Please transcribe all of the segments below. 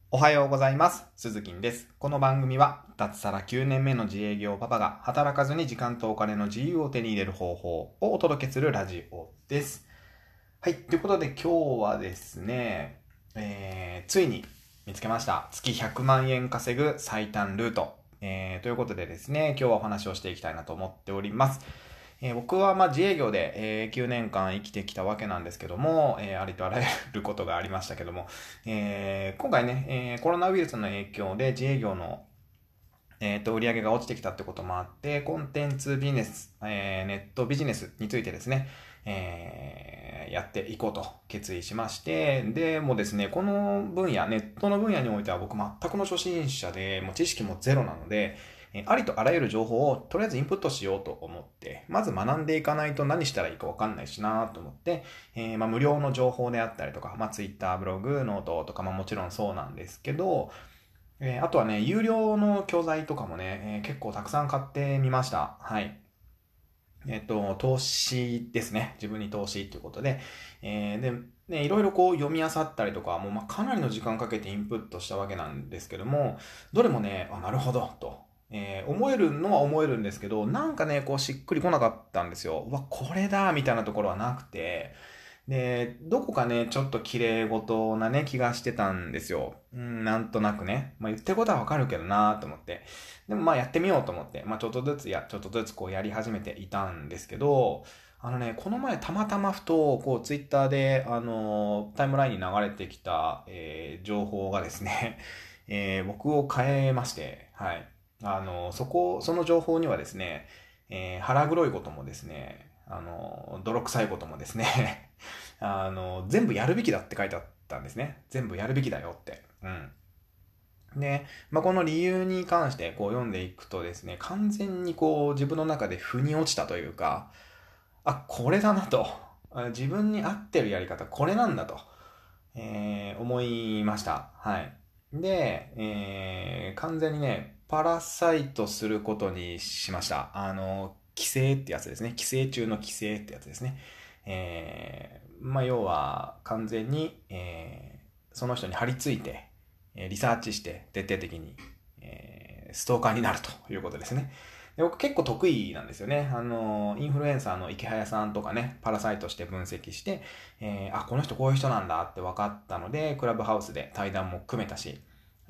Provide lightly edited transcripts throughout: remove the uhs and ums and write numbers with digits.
おはようございます。鈴木です。この番組は脱サラ9年目の自営業パパが働かずに時間とお金の自由を手に入れる方法をお届けするラジオです。はい。ということで今日はですね、ついに見つけました。月100万円稼ぐ最短ルート。ということでですね、今日はお話をしていきたいなと思っております。僕は自営業で、9年間生きてきたわけなんですけども、ありとあらゆることがありましたけども、今回ね、コロナウイルスの影響で自営業の売り上げが落ちてきたってこともあって、コンテンツビジネス、ネットビジネスについてですね、やっていこうと決意しまして、で、もうですね、この分野、ネットの分野においては僕全くの初心者で、もう知識もゼロなので、ありとあらゆる情報をとりあえずインプットしようと思って、まず学んでいかないと何したらいいかわかんないしなと思って、無料の情報であったりとか、Twitter、ブログ、ノートとか、もちろんそうなんですけど、あとはね、有料の教材とかもね、結構たくさん買ってみました。はい。投資ですね。自分に投資ということで。で、ね、いろいろこう読み漁ったりとか、もうかなりの時間かけてインプットしたわけなんですけども、どれもね、なるほど、と。思えるのは思えるんですけど、なんかね、こうしっくりこなかったんですよ。これだ、みたいなところはなくて、で、どこかね、ちょっと綺麗事なね、気がしてたんですよ。なんとなくね。言ってることはわかるけどなと思って。でもやってみようと思って、ちょっとずつこうやり始めていたんですけど、この前たまたまふと、こう、ツイッターで、タイムラインに流れてきた、情報がですね、僕を変えまして、はい。その情報にはですね、腹黒いこともですね、泥臭いこともですね、全部やるべきだって書いてあったんですね。全部やるべきだよって。うん。で、この理由に関してこう読んでいくとですね、完全にこう自分の中で腑に落ちたというか、これだなと。自分に合ってるやり方、これなんだと、思いました。はい。で、完全にね、パラサイトすることにしました。寄生ってやつですね。寄生虫の寄生ってやつですね。要は完全に、その人に張り付いて、リサーチして徹底的に、ストーカーになるということですね。で僕結構得意なんですよね。インフルエンサーの池早さんとかね、パラサイトして分析して、この人こういう人なんだって分かったので、クラブハウスで対談も組めたし、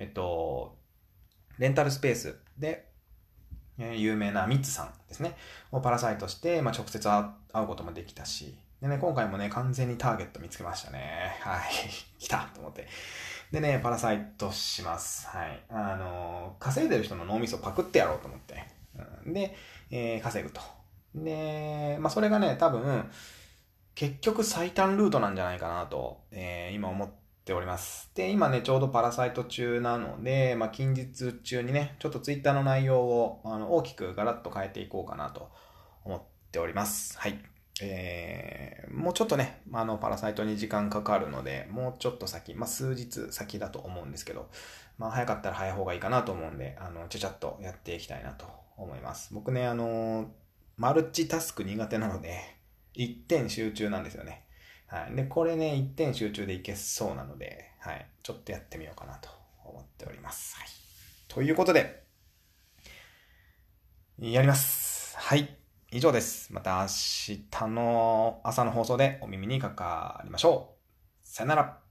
レンタルスペースで、有名なミッツさんですね、をパラサイトして、直接会うこともできたし、でね、今回もね、完全にターゲット見つけましたね。はい。来たと思って。でね、パラサイトします。はい。稼いでる人の脳みそパクってやろうと思って。で、稼ぐと。で、それがね、多分、結局最短ルートなんじゃないかなと、今思っております。で、今ね、ちょうどパラサイト中なので、近日中にね、ちょっとツイッターの内容を大きくガラッと変えていこうかなと思っております。はい。もうちょっとね、パラサイトに時間かかるので、もうちょっと先、数日先だと思うんですけど、早かったら早い方がいいかなと思うんで、ちゃちゃっとやっていきたいなと思います。僕ね、マルチタスク苦手なので、一点集中なんですよね。はい。で、これね、一点集中でいけそうなので、はい。ちょっとやってみようかなと思っております。はい。ということで、やります。はい。以上です。また明日の朝の放送でお耳にかかりましょう。さよなら。